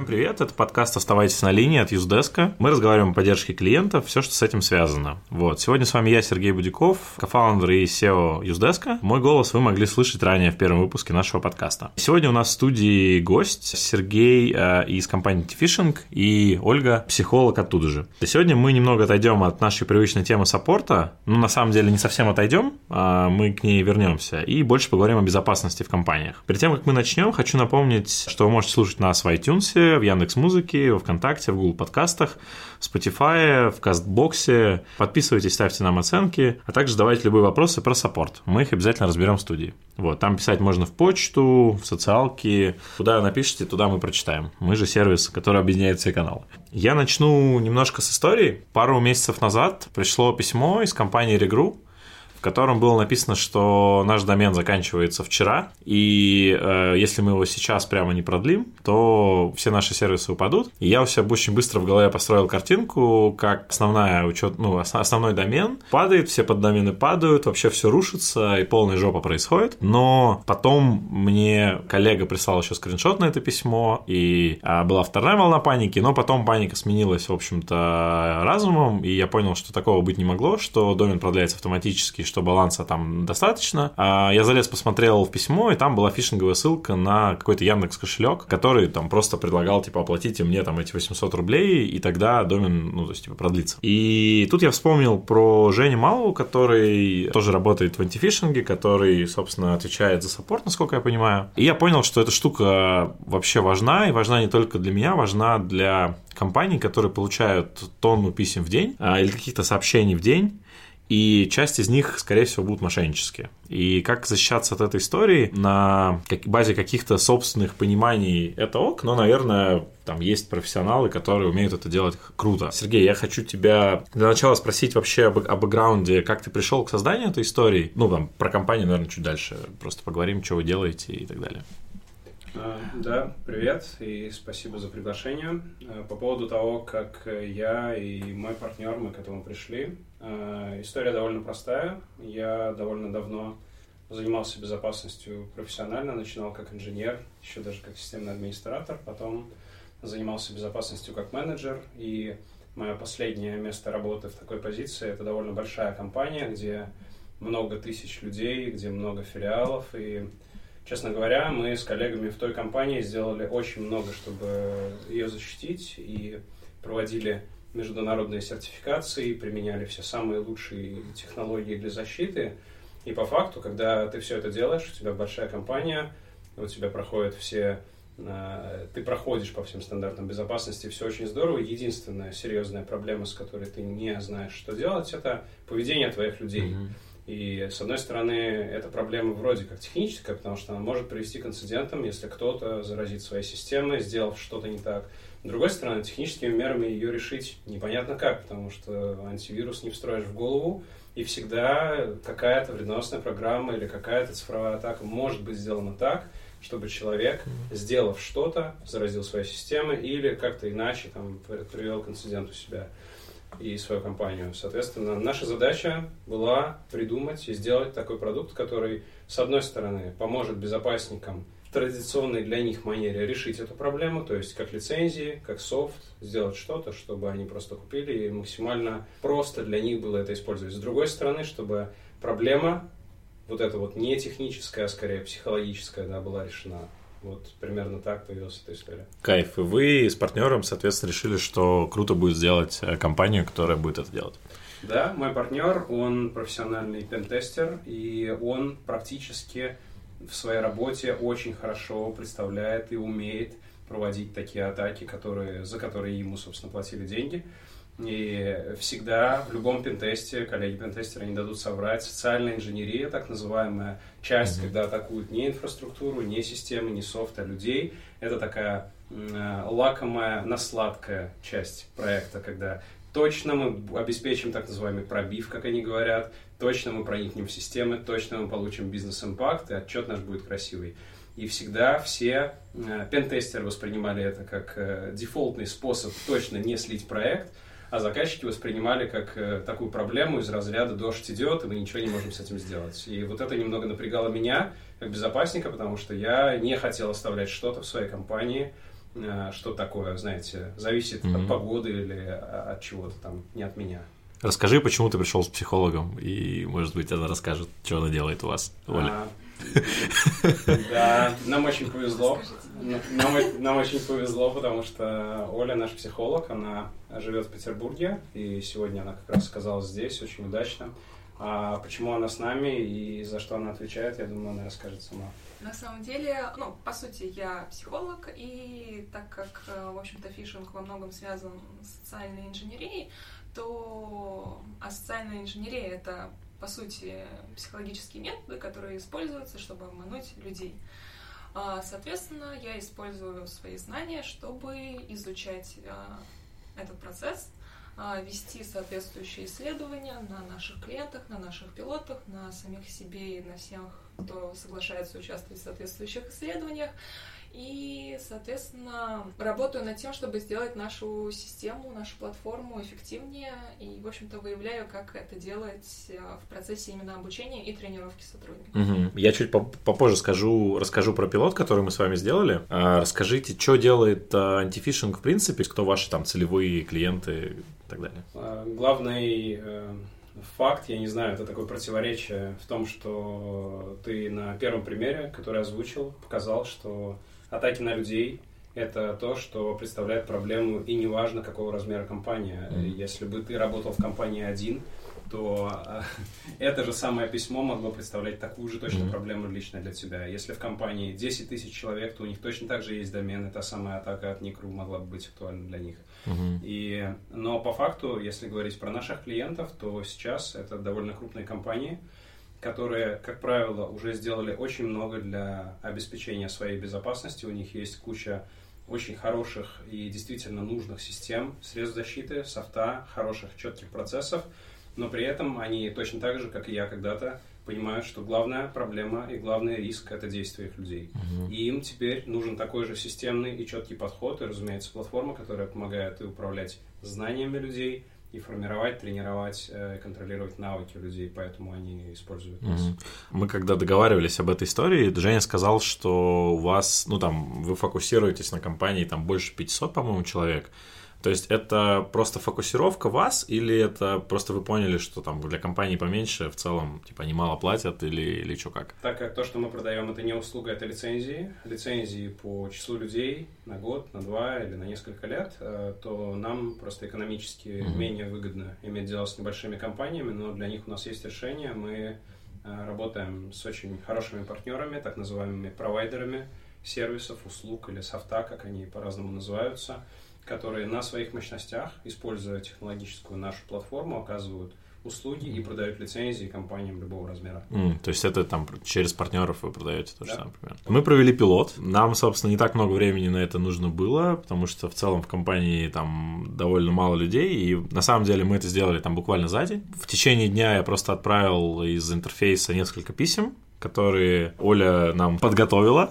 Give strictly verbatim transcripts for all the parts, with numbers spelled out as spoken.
привет, это подкаст «Оставайтесь на линии» от Юздеска. Мы разговариваем о поддержке клиентов, все, что с этим связано. Вот. Сегодня с вами я, Сергей Будяков, кофаундер и си и о Юздеска. Мой голос вы могли слышать ранее в первом выпуске нашего подкаста. Сегодня у нас в студии гость Сергей э, из компании T-Fishing и Ольга, психолог оттуда же. Сегодня мы немного отойдем от нашей привычной темы саппорта, ну, на самом деле не совсем отойдем, а мы к ней вернемся и больше поговорим о безопасности в компаниях. Перед тем, как мы начнем, хочу напомнить, что вы можете слушать нас в iTunes, в Яндекс.Музыке, во ВКонтакте, в Google подкастах, в Spotify, в Кастбоксе. Подписывайтесь, ставьте нам оценки, а также задавайте любые вопросы про саппорт. Мы их обязательно разберем в студии. Вот, там писать можно в почту, в социалки. Куда напишите, туда мы прочитаем. Мы же сервис, который объединяет все каналы. Я начну немножко с истории. Пару месяцев назад пришло письмо из компании Regroup, в котором было написано, что наш домен заканчивается вчера, и э, если мы его сейчас прямо не продлим, то все наши сервисы упадут. И я у себя очень быстро в голове построил картинку, как основная учет, ну, основной домен падает, все поддомены падают, вообще все рушится, и полная жопа происходит. Но потом мне коллега прислал еще скриншот на это письмо, и э, была вторая волна паники, но потом паника сменилась, в общем-то, разумом, и я понял, что такого быть не могло, что домен продляется автоматически, что баланса там достаточно. Я залез, посмотрел в письмо, и там была фишинговая ссылка на какой-то Яндекс кошелек, который там просто предлагал, типа, оплатите мне там эти восемьсот рублей, и тогда домен, ну, то есть, типа, продлится. И тут я вспомнил про Женю Малову, который тоже работает в антифишинге, который, собственно, отвечает за саппорт, насколько я понимаю. И я понял, что эта штука вообще важна, и важна не только для меня, важна для компаний, которые получают тонну писем в день или каких-то сообщений в день. И часть из них, скорее всего, будут мошеннические. И как защищаться от этой истории на базе каких-то собственных пониманий, это ок, но, наверное, там есть профессионалы, которые умеют это делать круто. Сергей, я хочу тебя для начала спросить вообще об, о бэкграунде, как ты пришел к созданию этой истории. Ну, там, про компанию, наверное, чуть дальше. Просто поговорим, что вы делаете и так далее. Да, привет и спасибо за приглашение. По поводу того, как я и мой партнер, мы к этому пришли. История довольно простая. Я довольно давно занимался безопасностью профессионально, начинал как инженер, еще даже как системный администратор, потом занимался безопасностью как менеджер. И мое последнее место работы в такой позиции – это довольно большая компания, где много тысяч людей, где много филиалов. И, честно говоря, мы с коллегами в той компании сделали очень много, чтобы ее защитить, и проводили международные сертификации, применяли все самые лучшие технологии для защиты. И по факту, когда ты все это делаешь, у тебя большая компания, у тебя проходят все, ты проходишь по всем стандартам безопасности, все очень здорово. Единственная серьезная проблема, с которой ты не знаешь, что делать, это поведение твоих людей. Mm-hmm. И, с одной стороны, эта проблема вроде как техническая, потому что она может привести к инцидентам, если кто-то заразит своей системой, сделав что-то не так. С другой стороны, техническими мерами ее решить непонятно как, потому что антивирус не встроишь в голову, и всегда какая-то вредоносная программа или какая-то цифровая атака может быть сделана так, чтобы человек, сделав что-то, заразил свою систему или как-то иначе там, привел к инциденту себя и свою компанию. Соответственно, наша задача была придумать и сделать такой продукт, который, с одной стороны, поможет безопасникам в традиционной для них манере решить эту проблему, то есть как лицензии, как софт, сделать что-то, чтобы они просто купили и максимально просто для них было это использовать. С другой стороны, чтобы проблема, вот эта вот не техническая, а скорее психологическая, да, была решена. Вот примерно так появилась эта история. Кайф. И вы с партнером, соответственно, решили, что круто будет сделать компанию, которая будет это делать. Да, мой партнер, он профессиональный пентестер, и он практически в своей работе очень хорошо представляет и умеет проводить такие атаки, которые, за которые ему, собственно, платили деньги. И всегда в любом пентесте, коллеги-пентестеры не дадут соврать, социальная инженерия, так называемая часть, mm-hmm. когда атакуют не инфраструктуру, не системы, не софт, а людей, это такая э, лакомая, насладкая часть проекта, когда точно мы обеспечим так называемый пробив, как они говорят, точно мы проникнем в системы, точно мы получим бизнес-импакт, и отчет наш будет красивый. И всегда все э, пентестеры воспринимали это как э, дефолтный способ точно не слить проект, а заказчики воспринимали как э, такую проблему из разряда «дождь идет, и мы ничего не можем с этим сделать». И вот это немного напрягало меня, как безопасника, потому что я не хотел оставлять что-то в своей компании что такое, знаете, зависит mm-hmm. от погоды или от чего-то там, не от меня. Расскажи, почему ты пришел с психологом, и, может быть, она расскажет, что она делает у вас, Оля. Да, нам очень повезло. Нам, нам очень повезло, потому что Оля, наш психолог, она живет в Петербурге, и сегодня она как раз оказалась здесь, очень удачно. А почему она с нами и за что она отвечает, я думаю, она расскажет сама. На самом деле, ну, по сути, я психолог, и так как, в общем-то, фишинг во многом связан с социальной инженерией, то а социальная инженерия — это, по сути, психологические методы, которые используются, чтобы обмануть людей. Соответственно, я использую свои знания, чтобы изучать этот процесс, вести соответствующие исследования на наших клиентах, на наших пилотах, на самих себе и на всех, кто соглашается участвовать в соответствующих исследованиях. И, соответственно, работаю над тем, чтобы сделать нашу систему, нашу платформу эффективнее. И, в общем-то, выявляю, как это делать в процессе именно обучения и тренировки сотрудников. Угу. Я чуть попозже скажу, расскажу про пилот, который мы с вами сделали. Расскажите, что делает антифишинг в принципе, кто ваши там целевые клиенты и так далее. Главный факт, я не знаю, это такое противоречие в том, что ты на первом примере, который озвучил, показал, что атаки на людей – это то, что представляет проблему, и неважно, какого размера компания. Mm-hmm. Если бы ты работал в компании один, то это же самое письмо могло представлять такую же точно mm-hmm. проблему лично для тебя. Если в компании десять тысяч человек, то у них точно так же есть домен, и та самая атака от Никру могла бы быть актуальна для них. Mm-hmm. И, но по факту, если говорить про наших клиентов, то сейчас это довольно крупные компании, которые, как правило, уже сделали очень много для обеспечения своей безопасности. У них есть куча очень хороших и действительно нужных систем, средств защиты, софта, хороших, четких процессов, но при этом они точно так же, как и я когда-то, понимают, что главная проблема и главный риск – это действия их людей. Uh-huh. И им теперь нужен такой же системный и четкий подход, и, разумеется, платформа, которая помогает и управлять знаниями людей, и формировать, тренировать, э, контролировать навыки людей, поэтому они используют нас. Mm-hmm. Мы когда договаривались об этой истории, Женя сказал, что у вас, ну там, вы фокусируетесь на компании там больше пятьсот, по-моему, человек. То есть это просто фокусировка вас, или это просто вы поняли, что там для компании поменьше в целом, типа, они мало платят, или, или что как? Так как то, что мы продаем, это не услуга, это лицензии. Лицензии по числу людей на год, на два или на несколько лет, то нам просто экономически mm-hmm. менее выгодно иметь дело с небольшими компаниями, но для них у нас есть решение. Мы работаем с очень хорошими партнерами, так называемыми провайдерами сервисов, услуг или софта, как они по-разному называются, которые на своих мощностях, используя технологическую нашу платформу, оказывают услуги и продают лицензии компаниям любого размера. Mm, то есть это там через партнеров вы продаете то же да. самое примерно. Мы провели пилот. Нам, собственно, не так много времени на это нужно было, потому что в целом в компании там довольно мало людей, и на самом деле мы это сделали там буквально за день. В течение дня я просто отправил из интерфейса несколько писем, которые Оля нам подготовила.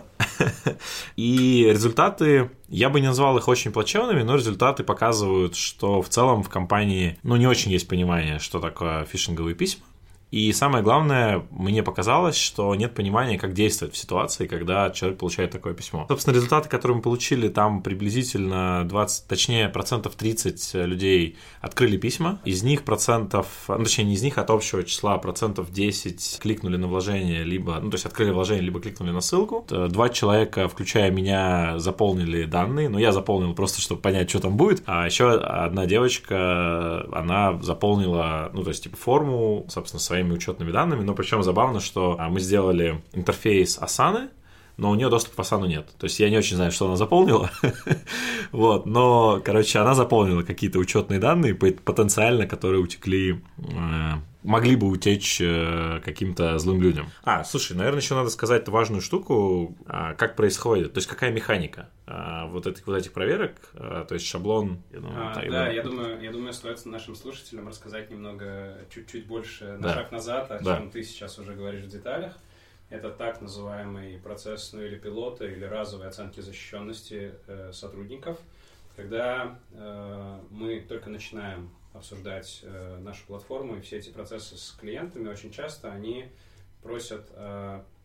И результаты, я бы не назвал их очень плачевными, но результаты показывают, что в целом в компании, ну, не очень есть понимание, что такое фишинговые письма. И самое главное, мне показалось, что нет понимания, как действовать в ситуации, когда человек получает такое письмо. Собственно, результаты, которые мы получили, там приблизительно двадцать, точнее, процентов тридцать людей открыли письма. Из них процентов, ну, точнее, не из них, от общего числа процентов десять кликнули на вложение, либо, ну, то есть открыли вложение, либо кликнули на ссылку. Два человека, включая меня, заполнили данные, но я заполнил просто, чтобы понять, что там будет. А еще одна девочка, она заполнила, ну, то есть, типа, форму, собственно, своей учетными данными, но причем забавно, что мы сделали интерфейс Asana, но у нее доступа к Asana нет. То есть я не очень знаю, что она заполнила, вот, но, короче, она заполнила какие-то учетные данные, потенциально, которые утекли, могли бы утечь каким-то злым людям. А, слушай, наверное, еще надо сказать важную штуку, как происходит, то есть какая механика вот этих, вот этих проверок, то есть шаблон. Я думаю, а, так, да, я думаю, я думаю, стоит нашим слушателям рассказать немного, чуть-чуть больше на да. шаг назад, о да. чем ты сейчас уже говоришь в деталях. Это так называемый процесс, ну или пилота, или разовой оценки защищенности э, сотрудников, когда э, мы только начинаем обсуждать э, нашу платформу и все эти процессы с клиентами, очень часто они просят э,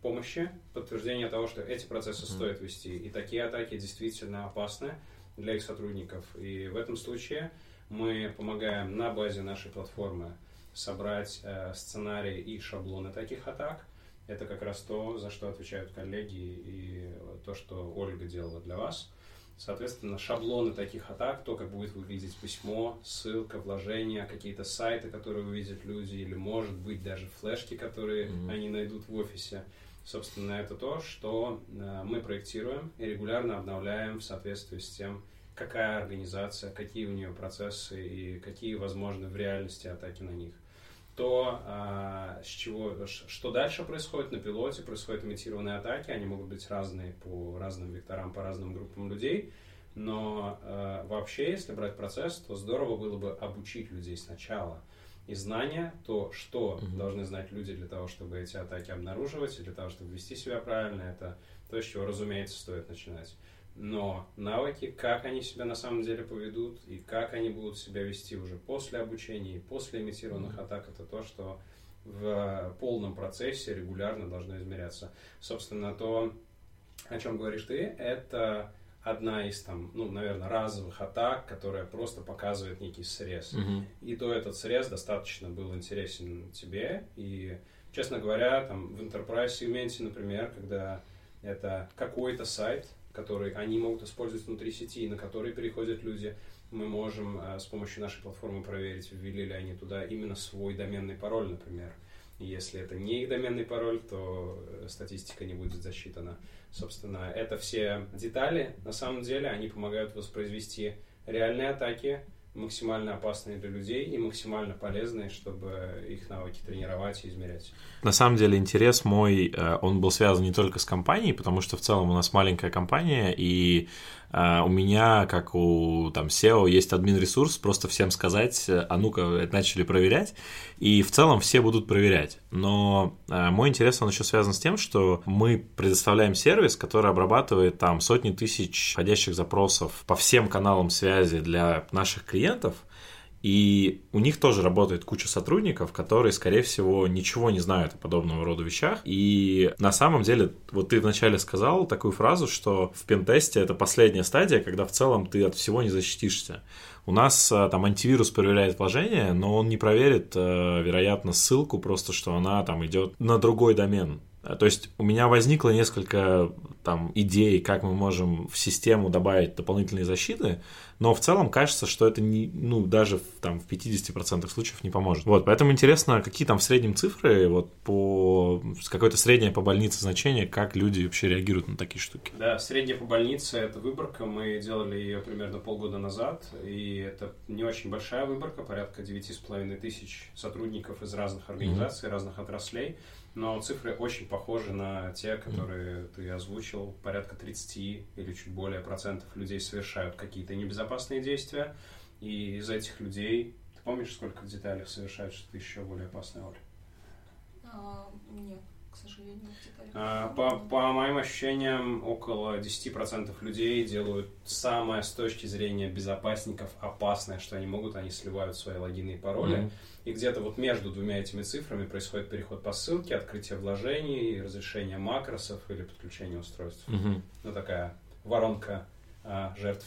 помощи, подтверждение того, что эти процессы mm-hmm. стоит вести, и такие атаки действительно опасны для их сотрудников. И в этом случае мы помогаем на базе нашей платформы собрать э, сценарии и шаблоны таких атак. Это как раз то, за что отвечают коллеги, и то, что Ольга делала для вас. Соответственно, шаблоны таких атак, то, как будет выглядеть письмо, ссылка, вложения, какие-то сайты, которые увидят люди, или, может быть, даже флешки, которые mm-hmm. они найдут в офисе. Собственно, это то, что э, мы проектируем и регулярно обновляем в соответствии с тем, какая организация, какие у нее процессы и какие возможны в реальности атаки на них. То, а, с чего, что дальше происходит на пилоте, происходят имитированные атаки, они могут быть разные по разным векторам, по разным группам людей, но а, вообще, если брать процесс, то здорово было бы обучить людей сначала. И знания, то, что mm-hmm. должны знать люди для того, чтобы эти атаки обнаруживать, и для того, чтобы вести себя правильно, это то, с чего, разумеется, стоит начинать. Но навыки, как они себя на самом деле поведут, и как они будут себя вести уже после обучения и после имитированных mm-hmm. атак, это то, что в полном процессе регулярно должно измеряться. Собственно, то, о чем говоришь ты, это одна из, там, ну, наверное, разовых атак, которая просто показывает некий срез. Mm-hmm. И то этот срез достаточно был интересен тебе. И, честно говоря, там, в Enterprise сегменте, например, когда это какой-то сайт, который они могут использовать внутри сети, на который переходят люди, мы можем э, с помощью нашей платформы проверить, ввели ли они туда именно свой доменный пароль, например. И если это не их доменный пароль, то статистика не будет засчитана. Собственно, это все детали, на самом деле, они помогают воспроизвести реальные атаки, максимально опасные для людей и максимально полезные, чтобы их навыки тренировать и измерять. На самом деле интерес мой, он был связан не только с компанией, потому что в целом у нас маленькая компания, и у меня, как у там сео, есть админ-ресурс, просто всем сказать, а ну-ка, начали проверять, и в целом все будут проверять. Но мой интерес, он еще связан с тем, что мы предоставляем сервис, который обрабатывает там сотни тысяч входящих запросов по всем каналам связи для наших клиентов, и у них тоже работает куча сотрудников, которые, скорее всего, ничего не знают о подобного рода вещах. И на самом деле, вот ты вначале сказал такую фразу, что в пентесте это последняя стадия, когда в целом ты от всего не защитишься. У нас там антивирус проверяет вложения, но он не проверит, вероятно, ссылку, просто что она там идет на другой домен. То есть у меня возникло несколько там идей, как мы можем в систему добавить дополнительные защиты, но в целом кажется, что это не, ну, даже в, там, в пятьдесят процентов случаев не поможет. Вот, поэтому интересно, какие там в среднем цифры, вот по какое-то среднее по больнице значение, как люди вообще реагируют на такие штуки. Да, среднее по больнице — это выборка, мы делали ее примерно полгода назад, и это не очень большая выборка, порядка девять с половиной тысяч сотрудников из разных организаций, mm-hmm. разных отраслей. Но цифры очень похожи на те, которые ты озвучил. Порядка тридцать или чуть более процентов людей совершают какие-то небезопасные действия. И из этих людей... Ты помнишь, сколько в деталях совершают что-то еще более опасное, Оль? А, нет, к сожалению, в деталях. А, по, по моим ощущениям, около десять процентов людей делают самое с точки зрения безопасников опасное, что они могут. Они сливают свои логины и пароли. Mm-hmm. И где-то вот между двумя этими цифрами происходит переход по ссылке, открытие вложений, разрешение макросов или подключение устройств. Mm-hmm. Ну, такая воронка а, жертв.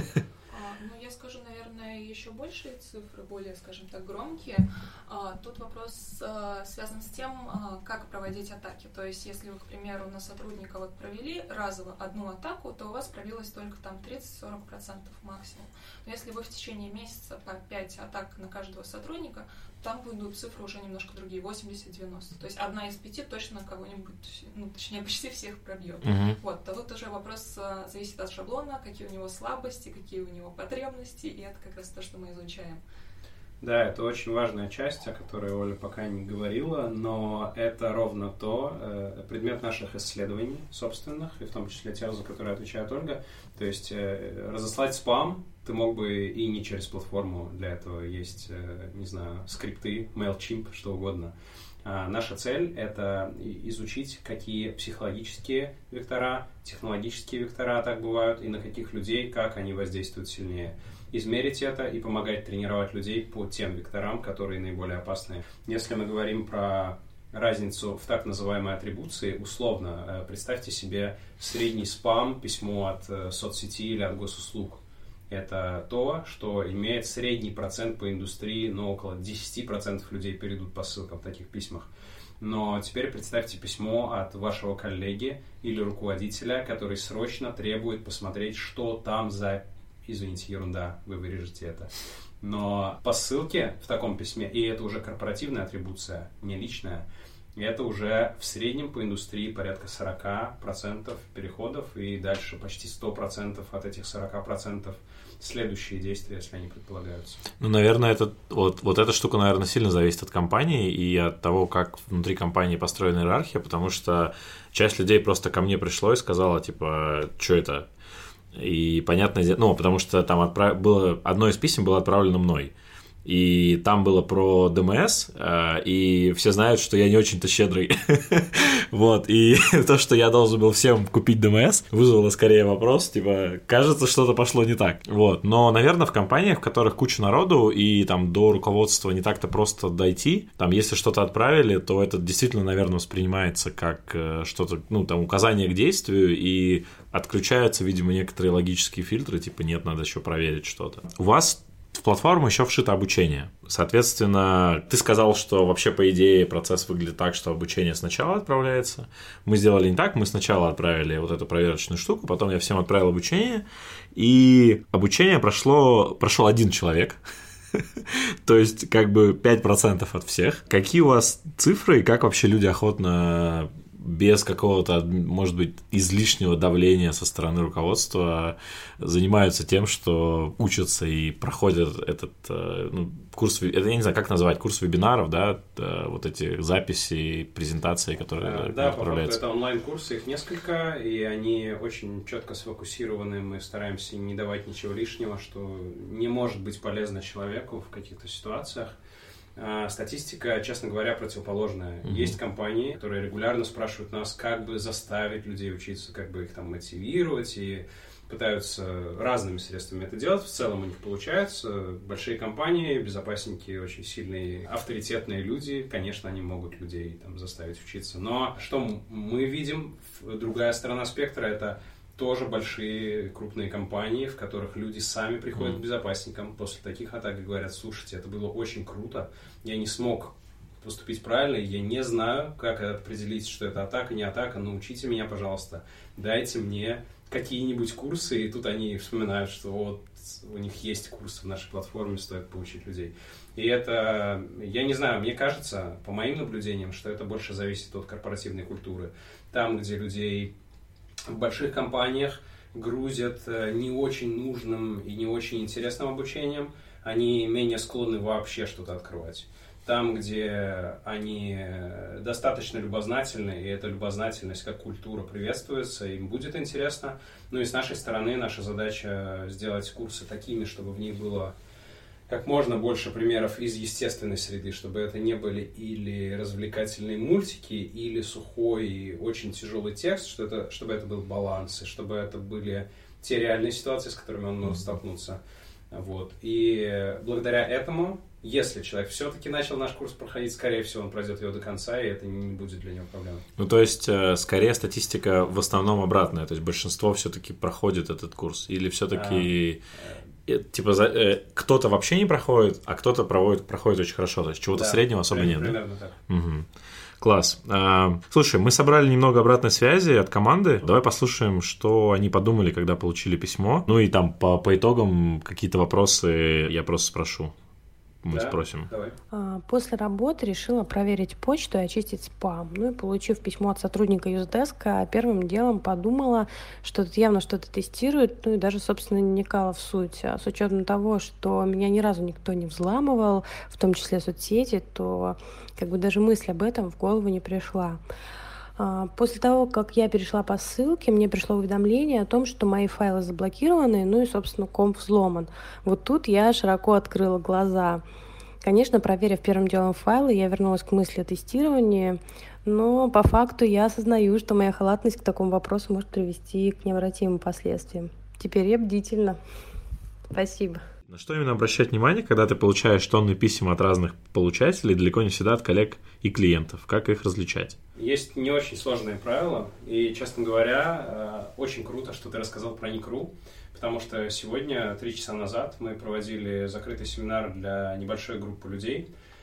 А, ну, я скажу, наверное, еще большие цифры, более, скажем так, громкие. А, тут вопрос а, связан с тем, а, как проводить атаки. То есть, если вы, к примеру, на сотрудника вот провели разово одну атаку, то у вас пробилось только там тридцать-сорок процентов максимум. Но если вы в течение месяца по пять атак на каждого сотрудника, там будут цифры уже немножко другие, восемьдесят-девяносто. То есть одна из пяти точно кого-нибудь, ну, точнее, почти всех пробьет. Uh-huh. Вот, а тут уже вопрос а, зависит от шаблона, какие у него слабости, какие у него потребности, и это как раз то, что мы изучаем. Да, это очень важная часть, о которой Оля пока не говорила, но это ровно то, э, предмет наших исследований собственных, и в том числе тех, за которые отвечает Ольга. То есть э, разослать спам ты мог бы и не через платформу, для этого есть, э, не знаю, скрипты, MailChimp, что угодно. А наша цель — это изучить, какие психологические вектора, технологические вектора так бывают, и на каких людей, как они воздействуют сильнее. Измерить это и помогать тренировать людей по тем векторам, которые наиболее опасны. Если мы говорим про разницу в так называемой атрибуции. Условно, представьте себе средний спам, письмо от соцсети или от госуслуг. Это то, что имеет средний процент по индустрии, но около десять процентов людей перейдут по ссылкам в таких письмах. Но теперь представьте письмо от вашего коллеги или руководителя, который срочно требует посмотреть, что там за... Извините, ерунда, вы вырежете это. Но по ссылке в таком письме, и это уже корпоративная атрибуция, не личная, это уже в среднем по индустрии порядка сорок процентов переходов, и дальше почти сто процентов от этих сорок процентов следующие действия, если они предполагаются. Ну, наверное, это, вот, вот эта штука, наверное, сильно зависит от компании и от того, как внутри компании построена иерархия, потому что часть людей просто ко мне пришло и сказала, типа, что это? И понятное дело, ну, потому что там отправ... было, одно из писем было отправлено мной. И там было про ДМС, и все знают, что я не очень-то щедрый. Вот, и то, что я должен был всем купить ДМС, вызвало скорее вопрос, типа, кажется, что-то пошло не так. Вот, но, наверное, в компаниях, в которых куча народу, и там до руководства не так-то просто дойти, там, если что-то отправили, то это действительно, наверное, воспринимается как что-то, ну, там, указание к действию, и отключаются, видимо, некоторые логические фильтры, типа, нет, надо еще проверить что-то. У вас в платформу еще вшито обучение. Соответственно, ты сказал, что вообще, по идее, процесс выглядит так, что обучение сначала отправляется. Мы сделали не так, мы сначала отправили вот эту проверочную штуку, потом я всем отправил обучение, и обучение прошло, прошел один человек. То есть, как бы пять процентов от всех. Какие у вас цифры и как вообще люди охотно, без какого-то, может быть, излишнего давления со стороны руководства занимаются тем, что учатся и проходят этот, ну, курс, это я не знаю, как назвать, курс вебинаров, да, вот эти записи, презентации, которые да, отправляются. Да, по факту это онлайн-курсы, их несколько, и они очень четко сфокусированы, мы стараемся не давать ничего лишнего, что не может быть полезно человеку в каких-то ситуациях. Статистика, честно говоря, противоположная. Mm-hmm. Есть компании, которые регулярно спрашивают нас, как бы заставить людей учиться, как бы их там мотивировать, и пытаются разными средствами это делать. В целом у них получается. Большие компании, безопасники, очень сильные, авторитетные люди, конечно, они могут людей там заставить учиться. Но что мы видим, другая сторона спектра, это тоже большие крупные компании, в которых люди сами приходят mm-hmm. к безопасникам после таких атак и говорят: слушайте, это было очень круто, я не смог поступить правильно, я не знаю, как определить, что это атака, не атака, научите меня, пожалуйста, дайте мне какие-нибудь курсы, и тут они вспоминают, что вот у них есть курсы в нашей платформе, стоит поучить людей. И это, я не знаю, мне кажется, по моим наблюдениям, что это больше зависит от корпоративной культуры. Там, где людей в больших компаниях грузят не очень нужным и не очень интересным обучением, они менее склонны вообще что-то открывать. Там, где они достаточно любознательны, и эта любознательность как культура приветствуется, им будет интересно. Ну и с нашей стороны наша задача сделать курсы такими, чтобы в них было как можно больше примеров из естественной среды, чтобы это не были или развлекательные мультики, или сухой, очень тяжелый текст, что это, чтобы это был баланс, и чтобы это были те реальные ситуации, с которыми он может столкнуться. Вот. И благодаря этому, если человек все-таки начал наш курс проходить, скорее всего, он пройдет его до конца, и это не будет для него проблемой. Ну, то есть, скорее статистика в основном обратная, то есть большинство все-таки проходит этот курс, или все-таки... А... Типа, э, кто-то вообще не проходит, а кто-то проводит, проходит очень хорошо. То есть чего-то да, среднего особо примерно, нет. Примерно да? так. Угу. Класс. А, слушай, мы собрали немного обратной связи от команды. Давай послушаем, что они подумали, когда получили письмо. Ну и там по, по итогам какие-то вопросы я просто спрошу. Мы да, спросим. Давай. После работы решила проверить почту и очистить спам. Ну и, получив письмо от сотрудника юздеска, первым делом подумала, что тут явно что-то тестирует, ну и даже, собственно, не вникала в суть. А с учетом того, что меня ни разу никто не взламывал, в том числе соцсети, то как бы даже мысль об этом в голову не пришла. После того, как я перешла по ссылке, мне пришло уведомление о том, что мои файлы заблокированы, ну и, собственно, комп взломан. Вот тут я широко открыла глаза. Конечно, проверив первым делом файлы, я вернулась к мысли о тестировании, но по факту я осознаю, что моя халатность к такому вопросу может привести к необратимым последствиям. Теперь я бдительна. Спасибо. На что именно обращать внимание, когда ты получаешь тонны писем от разных получателей, далеко не всегда от коллег и клиентов? Как их различать? Есть не очень сложные правила, и, честно говоря, очень круто, что ты рассказал про Ник.ру, потому что сегодня, три часа назад, мы проводили закрытый семинар для небольшой группы людей,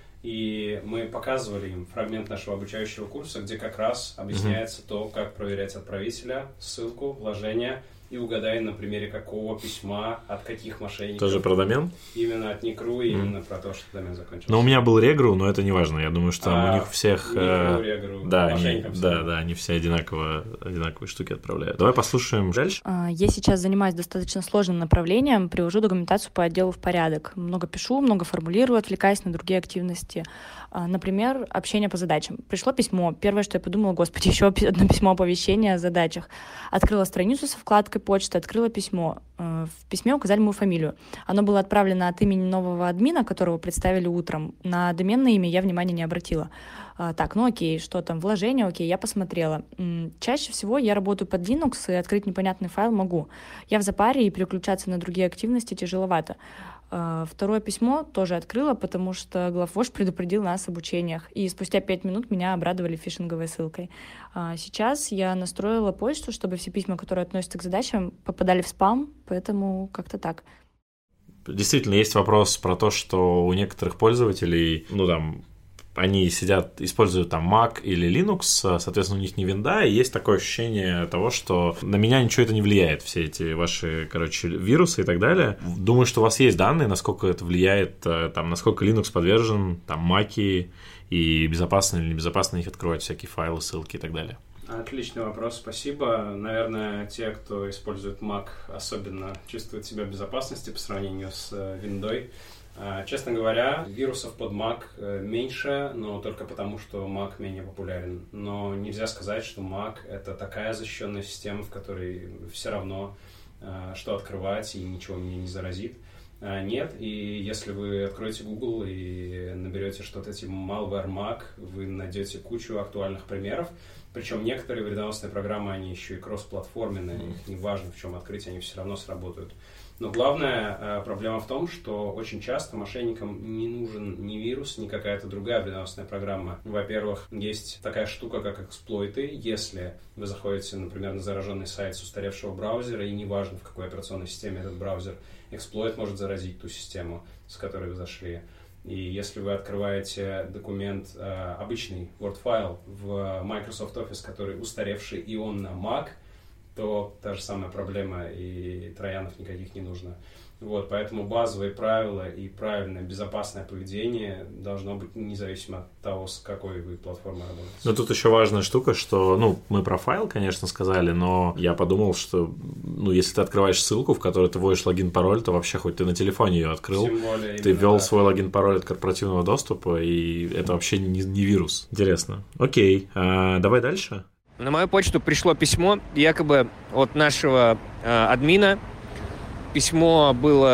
и мы показывали им фрагмент нашего обучающего курса, где как раз объясняется mm-hmm. то, как проверять отправителя, ссылку, вложение, и угадай на примере какого письма, от каких мошенников. Тоже про домен? Именно от Ник.ру, и mm. именно про то, что домен закончился. Но у меня был Регру, но это не важно. Я думаю, что а, у них всех... Ник.ру, Регру, да, они, да, да, они все одинаково, одинаковые штуки отправляют. Давай послушаем дальше. Я сейчас занимаюсь достаточно сложным направлением, привожу документацию по отделу в порядок. Много пишу, много формулирую, отвлекаясь на другие активности. Например, общение по задачам. Пришло письмо. Первое, что я подумала, господи, еще одно письмо оповещения о задачах. Открыла страницу со вкладкой почты, открыла письмо. В письме указали мою фамилию. Оно было отправлено от имени нового админа, которого представили утром. На доменное имя я внимания не обратила. Так, ну окей, что там, вложение, окей, я посмотрела. Чаще всего я работаю под Linux, и открыть непонятный файл могу. Я в запаре, и переключаться на другие активности тяжеловато. Второе письмо тоже открыла, потому что главвождь предупредил нас об учениях, и спустя пять минут меня обрадовали фишинговой ссылкой. Сейчас я настроила почту, чтобы все письма, которые относятся к задачам, попадали в спам, поэтому как-то так. Действительно, есть вопрос про то, что у некоторых пользователей, ну там, они сидят, используют там Mac или Linux, соответственно, у них не винда, и есть такое ощущение того, что на меня ничего это не влияет, все эти ваши, короче, вирусы и так далее. Думаю, что у вас есть данные, насколько это влияет, там, насколько Linux подвержен, там, Mac, и безопасно или небезопасно на них открывать всякие файлы, ссылки и так далее. Отличный вопрос, спасибо. Наверное, те, кто использует Mac, особенно чувствуют себя в безопасности по сравнению с Windows. Честно говоря, вирусов под Mac меньше, но только потому, что Mac менее популярен. Но нельзя сказать, что Mac — это такая защищенная система, в которой все равно, что открывать, и ничего меня не заразит. Нет, и если вы откроете Google и наберете что-то типа malware Mac, вы найдете кучу актуальных примеров. Причем некоторые вредоносные программы, они еще и кроссплатформенные, их не важно, в чем открыть, они все равно сработают. Но главная э, проблема в том, что очень часто мошенникам не нужен ни вирус, ни какая-то другая вредоносная программа. Во-первых, есть такая штука, как эксплойты. Если вы заходите, например, на зараженный сайт с устаревшего браузера, и неважно, в какой операционной системе этот браузер, эксплойт может заразить ту систему, с которой вы зашли. И если вы открываете документ, э, обычный Word-файл в Microsoft Office, который устаревший, и он на Mac, то та же самая проблема, и троянов никаких не нужно. Вот, поэтому базовые правила и правильное безопасное поведение должно быть независимо от того, с какой вы платформой работаете. Но тут еще важная штука, что, ну, мы про файл, конечно, сказали, но я подумал, что, ну, если ты открываешь ссылку, в которой ты вводишь логин-пароль, то вообще хоть ты на телефоне ее открыл, более, ты ввел свой логин-пароль от корпоративного доступа, и это вообще не, не вирус. Интересно. Окей, а, давай дальше. На мою почту пришло письмо якобы от нашего э, админа. Письмо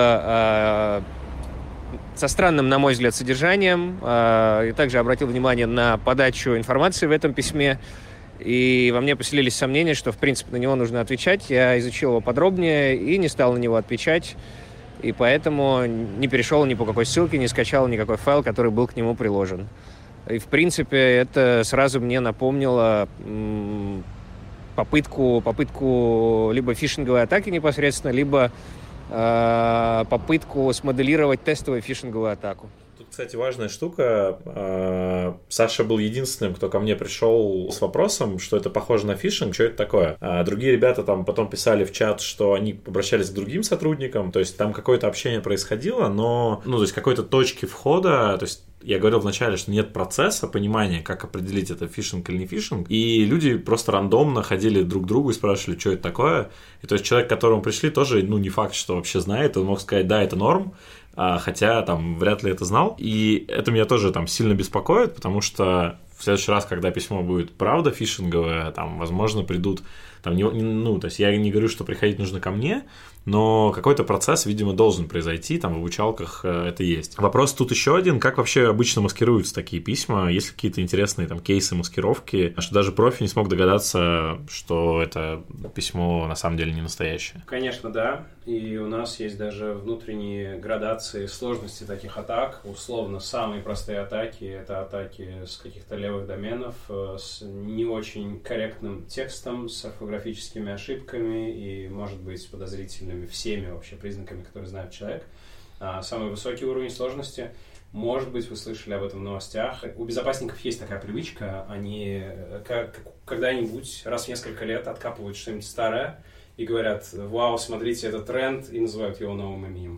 было э, со странным, на мой взгляд, содержанием. Э, и также обратил внимание на подачу информации в этом письме. И во мне поселились сомнения, что, в принципе, на него нужно отвечать. Я изучил его подробнее и не стал на него отвечать. И поэтому не перешел ни по какой ссылке, не скачал никакой файл, который был к нему приложен. И, в принципе, это сразу мне напомнило м, попытку, попытку либо фишинговой атаки непосредственно, либо э, попытку смоделировать тестовую фишинговую атаку. Тут, кстати, важная штука. Саша был единственным, кто ко мне пришел с вопросом, что это похоже на фишинг, что это такое. А другие ребята там потом писали в чат, что они обращались к другим сотрудникам, то есть там какое-то общение происходило, но, ну, то есть какой-то точки входа, то есть я говорил вначале, что нет процесса понимания, как определить, это фишинг или не фишинг, и люди просто рандомно ходили друг к другу и спрашивали, что это такое. И то есть человек, к которому пришли, тоже, ну, не факт, что вообще знает, он мог сказать, да, это норм, хотя там вряд ли это знал. И это меня тоже там сильно беспокоит, потому что в следующий раз, когда письмо будет правда фишинговое, там, возможно, придут, там, не, ну, то есть я не говорю, что приходить нужно ко мне, но какой-то процесс, видимо, должен произойти, там в обучалках это есть. Вопрос тут еще один, как вообще обычно маскируются такие письма, есть ли какие-то интересные там кейсы маскировки, что даже профи не смог догадаться, что это письмо на самом деле не настоящее? Конечно, да, и у нас есть даже внутренние градации сложности таких атак, условно, самые простые атаки, это атаки с каких-то левых доменов, с не очень корректным текстом, с орфографическими ошибками и, может быть, подозрительными всеми вообще признаками, которые знает человек. А самый высокий уровень сложности, может быть, вы слышали об этом в новостях. У безопасников есть такая привычка, они как, когда-нибудь раз в несколько лет откапывают что-нибудь старое и говорят: вау, смотрите, это тренд, и называют его новым именем.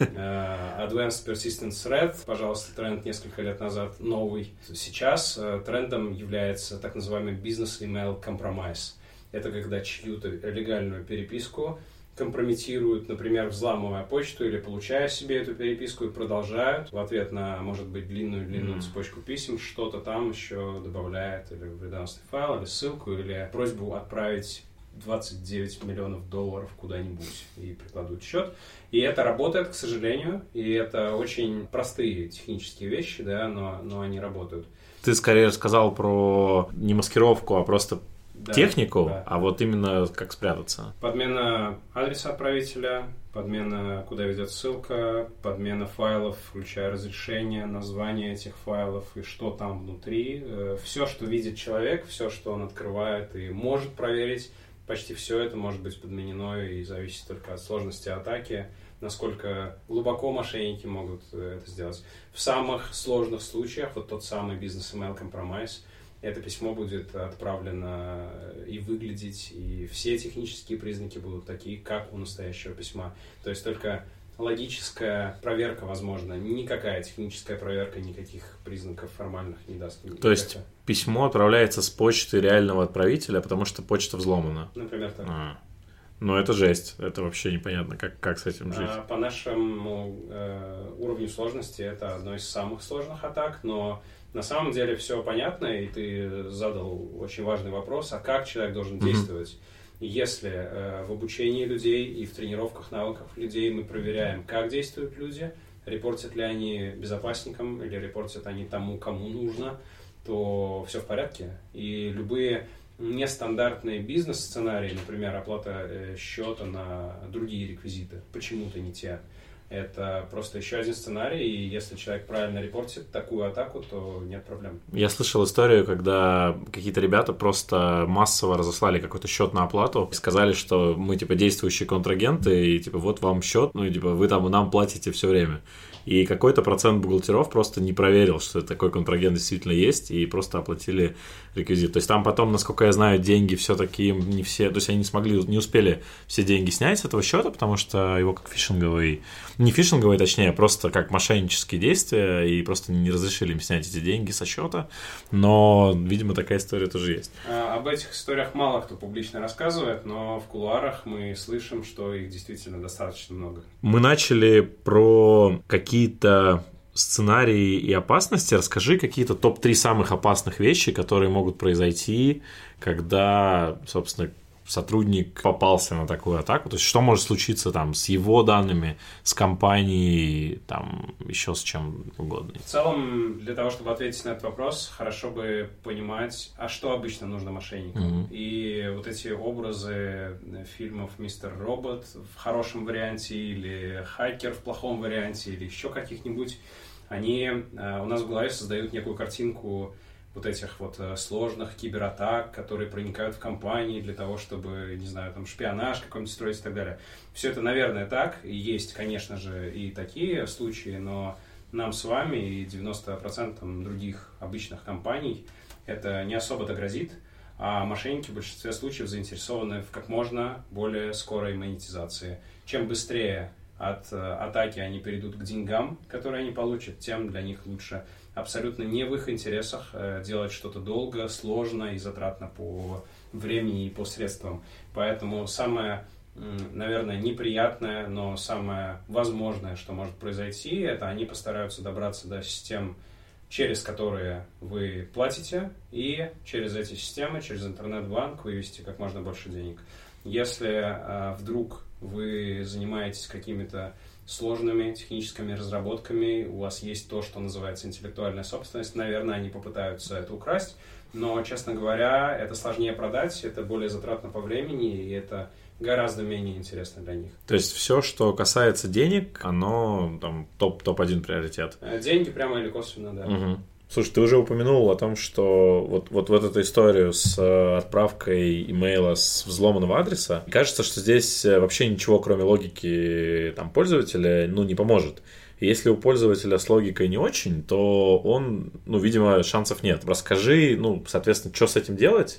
Uh, Advanced Persistent Threat, пожалуйста, тренд несколько лет назад, новый. Сейчас uh, трендом является так называемый Business Email Compromise. Это когда чью-то легальную переписку компрометируют, например, взламывая почту или получая себе эту переписку, и продолжают в ответ на, может быть, длинную-длинную mm-hmm. цепочку писем, что-то там еще добавляет или вредоносный файл, или ссылку, или просьбу отправить двадцать девять миллионов долларов куда-нибудь и прикладывают счет. И это работает, к сожалению, и это очень простые технические вещи, да, но, но они работают. Ты скорее сказал про не маскировку, а просто да, технику, да. А вот именно как спрятаться. Подмена адреса отправителя, подмена, куда ведет ссылка, подмена файлов, включая разрешение, название этих файлов и что там внутри. Все, что видит человек, все, что он открывает и может проверить, почти все это может быть подменено и зависит только от сложности атаки, насколько глубоко мошенники могут это сделать. В самых сложных случаях, вот тот самый Business Email Compromise, это письмо будет отправлено и выглядеть, и все технические признаки будут такие, как у настоящего письма. То есть только логическая проверка возможна. Никакая техническая проверка никаких признаков формальных не даст. То есть письмо отправляется с почты реального отправителя, потому что почта взломана? Например, так. А. Ну, это жесть. Это вообще непонятно, как, как с этим жить. А, по нашему э, уровню сложности это одно из самых сложных атак, но на самом деле все понятно, и ты задал очень важный вопрос, а как человек должен mm-hmm. действовать? Если э, в обучении людей и в тренировках навыков людей мы проверяем, как действуют люди, репортят ли они безопасникам или репортят они тому, кому нужно, то все в порядке. И любые нестандартные бизнес-сценарии, например, оплата э, счета на другие реквизиты, почему-то не те, это просто еще один сценарий, и если человек правильно репортит такую атаку, то нет проблем. Я слышал историю, когда какие-то ребята просто массово разослали какой-то счет на оплату, сказали, что мы типа действующие контрагенты, и типа вот вам счет, ну и типа вы там нам платите все время. И какой-то процент бухгалтеров просто не проверил, что такой контрагент действительно есть, и просто оплатили реквизит. То есть там потом, насколько я знаю, деньги все-таки не все, то есть они не смогли, не успели все деньги снять с этого счета, потому что его как фишинговый, не фишинговый, точнее, просто как мошеннические действия, и просто не разрешили им снять эти деньги со счета. Но, видимо, такая история тоже есть. А, об этих историях мало кто публично рассказывает, но в кулуарах мы слышим, что их действительно достаточно много. Мы начали про какие какие-то сценарии и опасности. Расскажи какие-то топ три самых опасных вещи, которые могут произойти, когда, собственно, сотрудник попался на такую атаку. То есть, что может случиться там с его данными, с компанией, там, еще с чем угодно. В целом, для того, чтобы ответить на этот вопрос, хорошо бы понимать, а что обычно нужно мошенникам. Mm-hmm. И вот эти образы фильмов «Мистер Робот» в хорошем варианте, или «Хакер» в плохом варианте, или еще каких-нибудь, они э, у нас в голове создают некую картинку вот этих вот сложных кибератак, которые проникают в компании для того, чтобы, не знаю, там шпионаж какой-нибудь строить и так далее. Все это, наверное, так. И есть, конечно же, и такие случаи, но нам с вами и девяносто процентов других обычных компаний это не особо-то грозит, а мошенники в большинстве случаев заинтересованы в как можно более скорой монетизации. Чем быстрее от атаки они перейдут к деньгам, которые они получат, тем для них лучше. Абсолютно не в их интересах э, делать что-то долго, сложно и затратно по времени и по средствам. Поэтому самое, наверное, неприятное, но самое возможное, что может произойти, это они постараются добраться до систем, через которые вы платите, и через эти системы, через интернет-банк вывести как можно больше денег. Если э, вдруг вы занимаетесь какими-то сложными техническими разработками, у вас есть то, что называется интеллектуальная собственность, наверное, они попытаются это украсть, но, честно говоря, это сложнее продать, это более затратно по времени, и это гораздо менее интересно для них. То есть все, что касается денег, оно там топ, топ-один приоритет? Деньги прямо или косвенно, да. Угу. Слушай, ты уже упомянул о том, что вот, вот, вот эту историю с отправкой имейла с взломанного адреса. Кажется, что здесь вообще ничего, кроме логики там, пользователя, ну, не поможет. И если у пользователя с логикой не очень, то он, ну, видимо, шансов нет. Расскажи, ну, соответственно, что с этим делать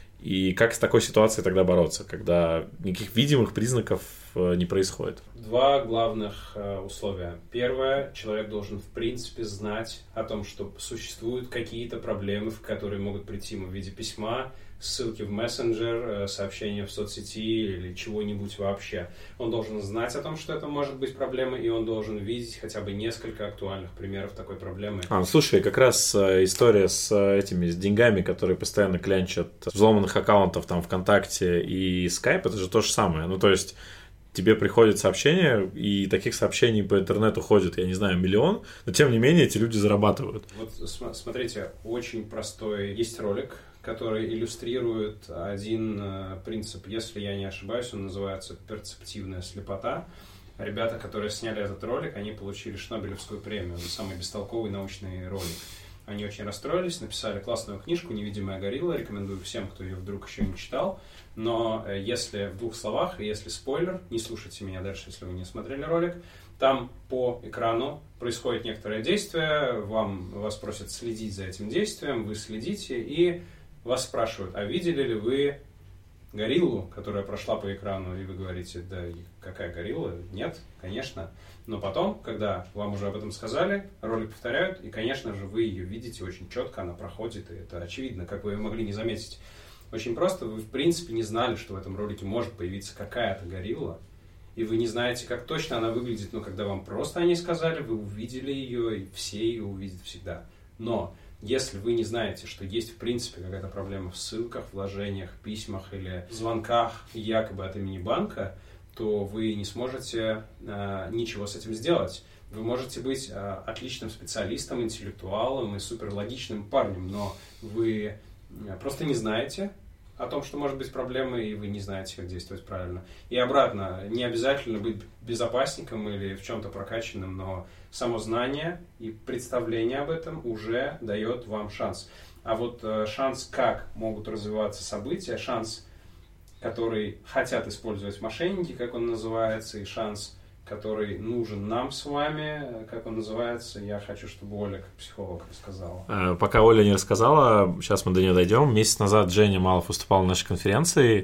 и как с такой ситуацией тогда бороться, когда никаких видимых признаков не происходит. Два главных э, условия. Первое, человек должен в принципе знать о том, что существуют какие-то проблемы, в которые могут прийти ему в виде письма, ссылки в мессенджер, э, сообщения в соцсети или чего-нибудь вообще. Он должен знать о том, что это может быть проблемой, и он должен видеть хотя бы несколько актуальных примеров такой проблемы. А, слушай, как раз э, история с э, этими с деньгами, которые постоянно клянчат взломанных аккаунтов там ВКонтакте и Skype, это же то же самое. Ну, то есть тебе приходит сообщение, и таких сообщений по интернету ходит, я не знаю, миллион, но тем не менее эти люди зарабатывают. Вот смотрите, очень простой есть ролик, который иллюстрирует один э, принцип, если я не ошибаюсь, он называется «Перцептивная слепота». Ребята, которые сняли этот ролик, они получили Шнобелевскую премию за самый бестолковый научный ролик. Они очень расстроились, написали классную книжку «Невидимая горилла». Рекомендую всем, кто ее вдруг еще не читал. Но если в двух словах, и если спойлер, не слушайте меня дальше, если вы не смотрели ролик, там по экрану происходит некоторое действие, вам, вас просят следить за этим действием, вы следите, и вас спрашивают, а видели ли вы гориллу, которая прошла по экрану, и вы говорите, да какая горилла? Нет, конечно. Но потом, когда вам уже об этом сказали, ролик повторяют, и, конечно же, вы ее видите очень четко, она проходит, и это очевидно, как вы могли не заметить. Очень просто, вы в принципе не знали, что в этом ролике может появиться какая-то горилла, и вы не знаете, как точно она выглядит, но когда вам просто о ней сказали, вы увидели ее, и все ее увидят всегда. Но если вы не знаете, что есть в принципе какая-то проблема в ссылках, вложениях, письмах или звонках якобы от имени банка, то вы не сможете э, ничего с этим сделать. Вы можете быть э, отличным специалистом, интеллектуалом и суперлогичным парнем, но вы просто не знаете о том, что может быть проблемой, и вы не знаете, как действовать правильно. И обратно, не обязательно быть безопасником или в чем-то прокачанным, но само знание и представление об этом уже дает вам шанс. А вот э, шанс, как могут развиваться события, шанс, который хотят использовать мошенники, как он называется, и шанс, который нужен нам с вами, как он называется, я хочу, чтобы Оля, как психолог, рассказала. Пока Оля не рассказала, сейчас мы до нее дойдем. Месяц назад Женя Малов выступал на нашей конференции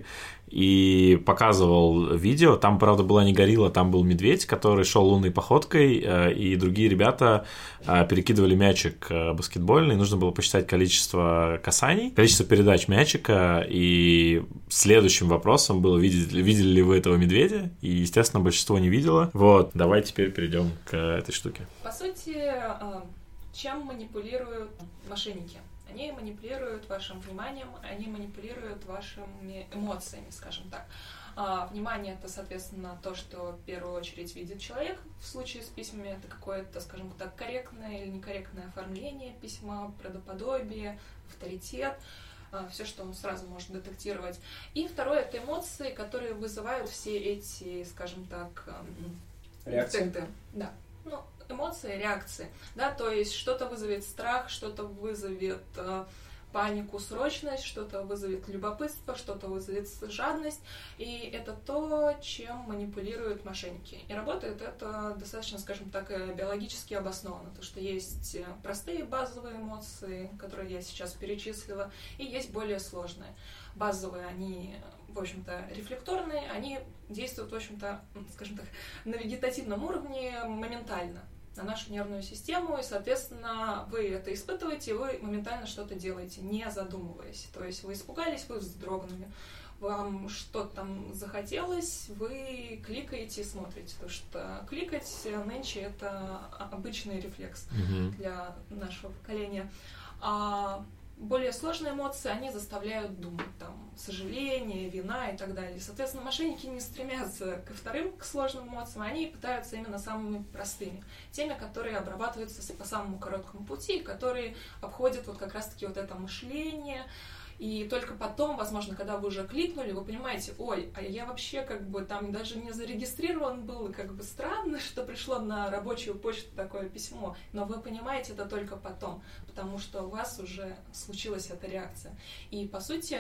и показывал видео. Там, правда, была не горилла, там был медведь, который шел лунной походкой, и другие ребята перекидывали мячик баскетбольный. Нужно было посчитать количество касаний, количество передач мячика, и следующим вопросом было, видели, видели ли вы этого медведя, и, естественно, большинство не видело. Вот, давай теперь перейдем к этой штуке. По сути, чем манипулируют мошенники? Они манипулируют вашим вниманием, они манипулируют вашими эмоциями, скажем так. А, внимание — это, соответственно, то, что в первую очередь видит человек. В случае с письмами это какое-то, скажем так, корректное или некорректное оформление письма, правдоподобие, авторитет, а, все, что он сразу может детектировать. И второе — это эмоции, которые вызывают все эти, скажем так, реакции. Да. Ну, эмоции, реакции, да, то есть что-то вызовет страх, что-то вызовет э, панику, срочность, что-то вызовет любопытство, что-то вызовет жадность, и это то, чем манипулируют мошенники. И работает это достаточно, скажем так, биологически обоснованно, то что есть простые базовые эмоции, которые я сейчас перечислила, и есть более сложные. Базовые, они, в общем-то, рефлекторные, они действуют, в общем-то, скажем так, на вегетативном уровне моментально на нашу нервную систему, и, соответственно, вы это испытываете, вы моментально что-то делаете, не задумываясь. То есть вы испугались, вы вздрогнули, вам что-то там захотелось, вы кликаете и смотрите. Потому что кликать нынче это обычный рефлекс mm-hmm. для нашего поколения. А более сложные эмоции, они заставляют думать, там, сожаление, вина и так далее. Соответственно, мошенники не стремятся ко вторым, к сложным эмоциям, они пытаются именно самыми простыми, теми, которые обрабатываются по самому короткому пути, которые обходят вот как раз-таки вот это мышление. И только потом, возможно, когда вы уже кликнули, вы понимаете, ой, а я вообще как бы там даже не зарегистрирован был, и как бы странно, что пришло на рабочую почту такое письмо. Но вы понимаете это только потом, потому что у вас уже случилась эта реакция. И, по сути,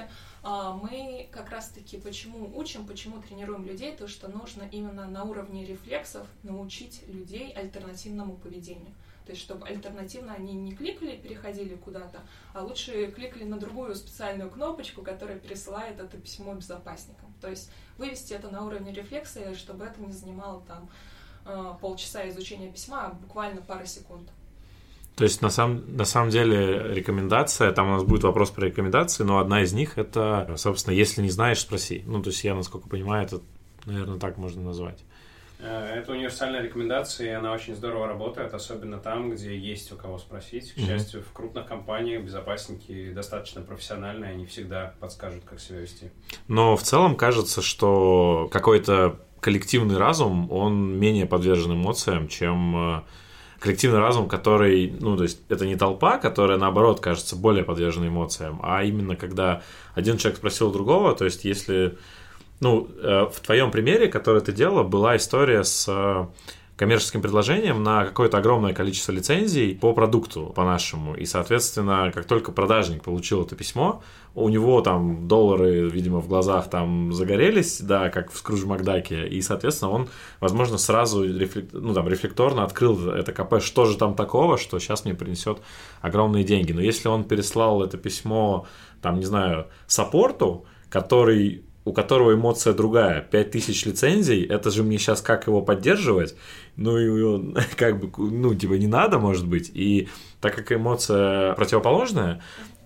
мы как раз-таки почему учим, почему тренируем людей, то, что нужно именно на уровне рефлексов научить людей альтернативному поведению. То есть, чтобы альтернативно они не кликали, переходили куда-то, а лучше кликали на другую специальную кнопочку, которая пересылает это письмо безопасникам. То есть вывести это на уровне рефлекса, чтобы это не занимало там полчаса изучения письма, а буквально пара секунд. То есть, на самом, на самом деле, рекомендация, там у нас будет вопрос про рекомендации, но одна из них – это, собственно, если не знаешь, спроси. Ну, то есть, я, насколько понимаю, это, наверное, так можно назвать. Это универсальная рекомендация, и она очень здорово работает, особенно там, где есть у кого спросить. К Mm-hmm. счастью, в крупных компаниях безопасники достаточно профессиональные, они всегда подскажут, как себя вести. Но в целом кажется, что какой-то коллективный разум, он менее подвержен эмоциям, чем коллективный разум, который, ну, то есть это не толпа, которая, наоборот, кажется более подвержена эмоциям, а именно когда один человек спросил другого, то есть если... Ну, в твоем примере, который ты делала, была история с коммерческим предложением на какое-то огромное количество лицензий по продукту, по нашему. И, соответственно, как только продажник получил это письмо, у него там доллары, видимо, в глазах там загорелись, да, как в Скрудж Макдаке, и, соответственно, он, возможно, сразу рефлект... ну, там, рефлекторно открыл это КП, что же там такого, что сейчас мне принесет огромные деньги. Но если он переслал это письмо, там, не знаю, саппорту, который... у которого эмоция другая, пять тысяч лицензий, это же мне сейчас как его поддерживать, ну, и как бы, ну, типа, не надо, может быть, и так как эмоция противоположная,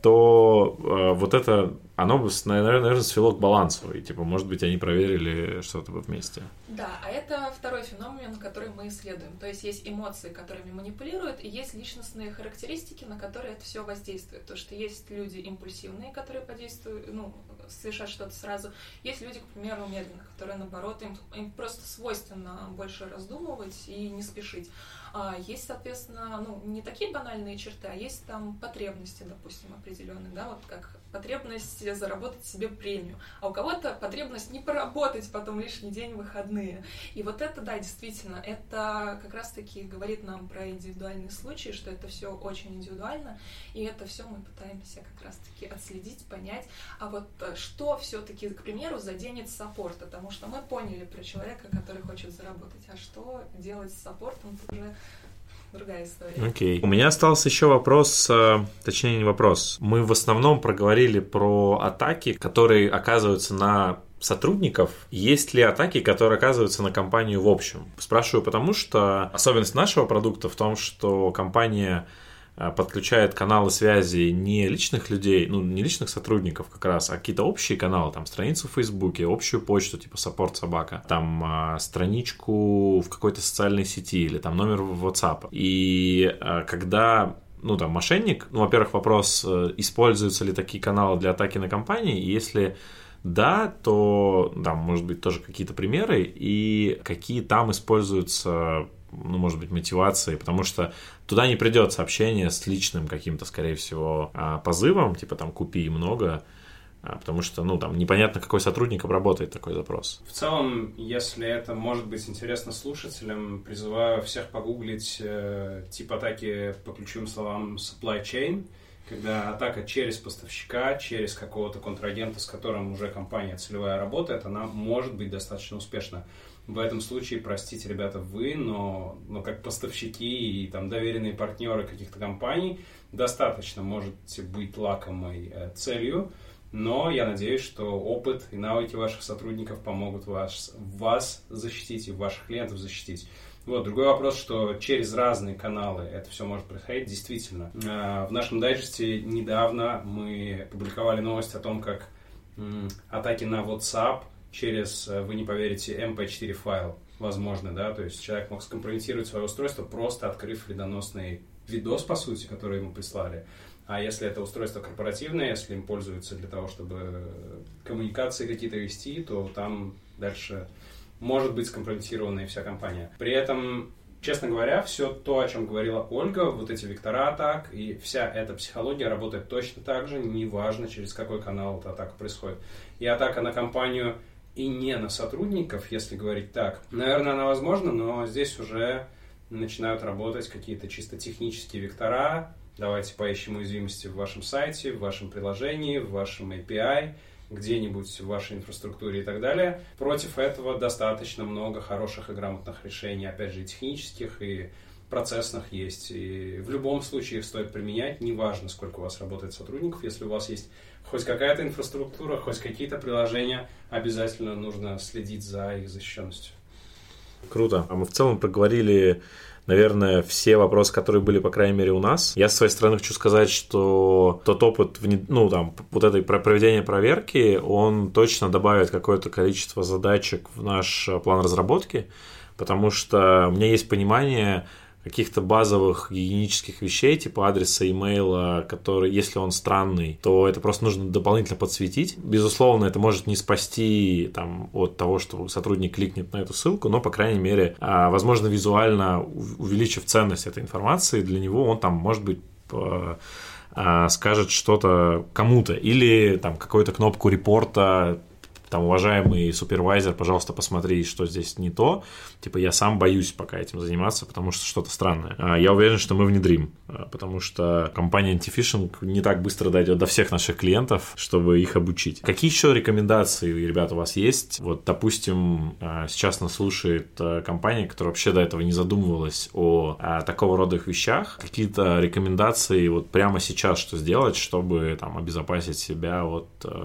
то э, вот это, оно бы, наверное, свело к балансу, и, типа, может быть, они проверили что-то вместе. Да, а это второй феномен, который мы исследуем. То есть есть эмоции, которыми манипулируют, и есть личностные характеристики, на которые это все воздействует. То, что есть люди импульсивные, которые подействуют, ну, совершат что-то сразу. Есть люди, к примеру, медленные, которые, наоборот, им, им просто свойственно больше раздумывать и не спешить. А есть, соответственно, ну, не такие банальные черты, а есть там потребности, допустим, определенные, да, вот как потребность заработать себе премию, а у кого-то потребность не поработать потом лишний день в выходные. И вот это, да, действительно, это как раз-таки говорит нам про индивидуальные случаи, что это все очень индивидуально, и это все мы пытаемся как раз-таки отследить, понять. А вот что все-таки, к примеру, заденет саппорт, потому что мы поняли про человека, который хочет заработать, а что делать с саппортом, это уже другая история. Окей. Okay. У меня остался еще вопрос, точнее не вопрос. Мы в основном проговорили про атаки, которые оказываются на сотрудников. Есть ли атаки, которые оказываются на компанию в общем? Спрашиваю потому, что особенность нашего продукта в том, что компания подключает каналы связи не личных людей, ну, не личных сотрудников как раз, а какие-то общие каналы, там, страницу в Фейсбуке, общую почту, типа Support Собака, там, страничку в какой-то социальной сети или там номер в WhatsApp. И когда, ну, там, мошенник, ну, во-первых, вопрос, используются ли такие каналы для атаки на компании, и если да, то, там, может быть, тоже какие-то примеры, и какие там используются, ну, может быть, мотивации, потому что туда не придет сообщение с личным каким-то, скорее всего, позывом, типа там «купи много», потому что, ну, там непонятно, какой сотрудник обработает такой запрос. В целом, если это может быть интересно слушателям, призываю всех погуглить э, тип атаки по ключевым словам supply chain, когда атака через поставщика, через какого-то контрагента, с которым уже компания целевая работает, она может быть достаточно успешна. В этом случае, простите, ребята, вы, но, но как поставщики и там доверенные партнеры каких-то компаний достаточно можете быть лакомой э, целью, но я надеюсь, что опыт и навыки ваших сотрудников помогут вас, вас защитить и ваших клиентов защитить. Вот, другой вопрос, что через разные каналы это все может происходить. Действительно, э, в нашем дайджесте недавно мы публиковали новость о том, как м, атаки на WhatsApp через, вы не поверите, эм пэ четыре файл возможно, да, то есть человек мог скомпрометировать свое устройство, просто открыв вредоносный видос, по сути, который ему прислали. А если это устройство корпоративное, если им пользуются для того, чтобы коммуникации какие-то вести, то там дальше может быть скомпрометирована и вся компания. При этом, честно говоря, все то, о чем говорила Ольга, вот эти вектора атак и вся эта психология работает точно так же, неважно, через какой канал эта атака происходит. И атака на компанию и не на сотрудников, если говорить так, наверное, она возможна, но здесь уже начинают работать какие-то чисто технические вектора. Давайте поищем уязвимости в вашем сайте, в вашем приложении, в вашем эй пи ай, где-нибудь в вашей инфраструктуре и так далее. Против этого достаточно много хороших и грамотных решений, опять же, и технических, и процессных есть. И в любом случае их стоит применять, неважно, сколько у вас работает сотрудников. Если у вас есть хоть какая-то инфраструктура, хоть какие-то приложения, обязательно нужно следить за их защищенностью. Круто. Мы в целом проговорили, наверное, все вопросы, которые были, по крайней мере, у нас. Я, с своей стороны, хочу сказать, что тот опыт, ну, там, вот этой проведения проверки, он точно добавит какое-то количество задачек в наш план разработки, потому что у меня есть понимание каких-то базовых гигиенических вещей, типа адреса имейла, который, если он странный, то это просто нужно дополнительно подсветить. Безусловно, это может не спасти там, от того, что сотрудник кликнет на эту ссылку, но, по крайней мере, возможно, визуально увеличив ценность этой информации, для него он там, может быть, скажет что-то кому-то или там какую-то кнопку репорта, там, уважаемый супервайзер, пожалуйста, посмотри, что здесь не то. Типа, я сам боюсь пока этим заниматься, потому что что-то странное. Я уверен, что мы внедрим, потому что компания антифишинг не так быстро дойдет до всех наших клиентов, чтобы их обучить. Какие еще рекомендации, ребята, у вас есть? Вот, допустим, сейчас нас слушает компания, которая вообще до этого не задумывалась о такого рода вещах. Какие-то рекомендации вот прямо сейчас, что сделать, чтобы там обезопасить себя от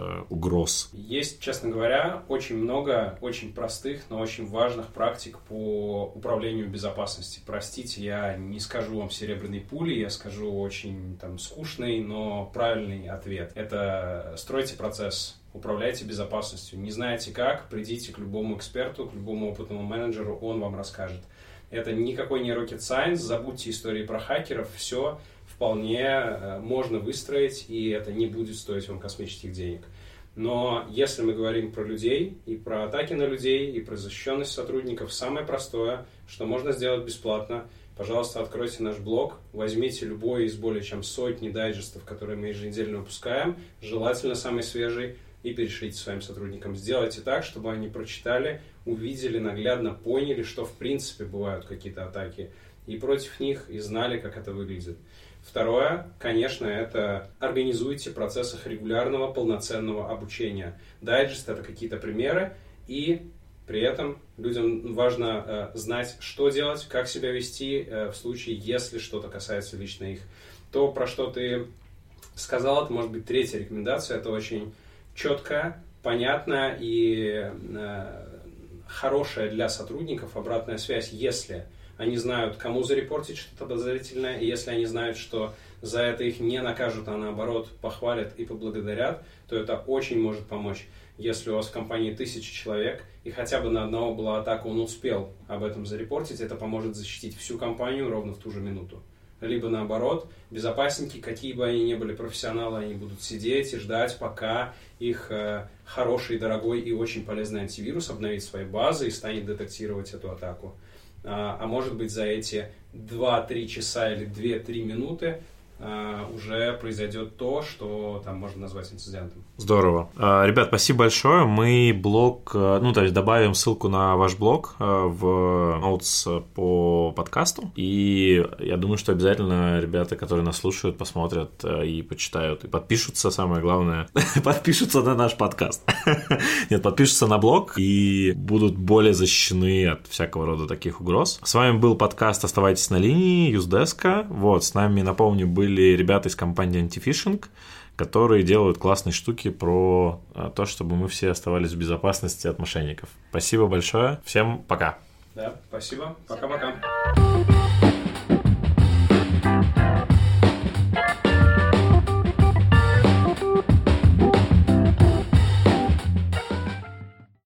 угроз? Есть, честно говоря, говоря, очень много очень простых, но очень важных практик по управлению безопасностью. Простите, я не скажу вам серебряной пули, я скажу очень там скучный, но правильный ответ. Это стройте процесс, управляйте безопасностью. Не знаете как, придите к любому эксперту, к любому опытному менеджеру, он вам расскажет. Это никакой не rocket science, забудьте истории про хакеров, все вполне можно выстроить, и это не будет стоить вам космических денег. Но если мы говорим про людей, и про атаки на людей, и про защищенность сотрудников, самое простое, что можно сделать бесплатно, пожалуйста, откройте наш блог, возьмите любой из более чем сотни дайджестов, которые мы еженедельно выпускаем, желательно самый свежий, и перешлите своим сотрудникам. Сделайте так, чтобы они прочитали, увидели, наглядно поняли, что в принципе бывают какие-то атаки, и против них, и знали, как это выглядит. Второе, конечно, это организуйте в процессах регулярного полноценного обучения. Дайджест — это какие-то примеры, и при этом людям важно э, знать, что делать, как себя вести э, в случае, если что-то касается лично их. То, про что ты сказал, это может быть третья рекомендация, это очень четкая, понятная и э, хорошая для сотрудников обратная связь, если они знают, кому зарепортить что-то подозрительное, и если они знают, что за это их не накажут, а наоборот похвалят и поблагодарят, то это очень может помочь. Если у вас в компании тысяча человек, и хотя бы на одного была атака, он успел об этом зарепортить, это поможет защитить всю компанию ровно в ту же минуту. Либо наоборот, безопасники, какие бы они ни были профессионалы, они будут сидеть и ждать, пока их э, хороший, дорогой и очень полезный антивирус обновит свои базы и станет детектировать эту атаку. А, а может быть, за эти два-три часа или две-три минуты а, уже произойдет то, что там можно назвать инцидентом. Здорово. Ребят, спасибо большое. Мы блог, ну, то есть добавим ссылку на ваш блог в ноутс по подкасту. И я думаю, что обязательно ребята, которые нас слушают, посмотрят и почитают, и подпишутся, самое главное, подпишутся на наш подкаст. Нет, подпишутся на блог и будут более защищены от всякого рода таких угроз. С вами был подкаст «Оставайтесь на линии», Юздеска. Вот, с нами, напомню, были ребята из компании антифишинг, которые делают классные штуки про то, чтобы мы все оставались в безопасности от мошенников. Спасибо большое. Всем пока. Да, спасибо. Пока-пока.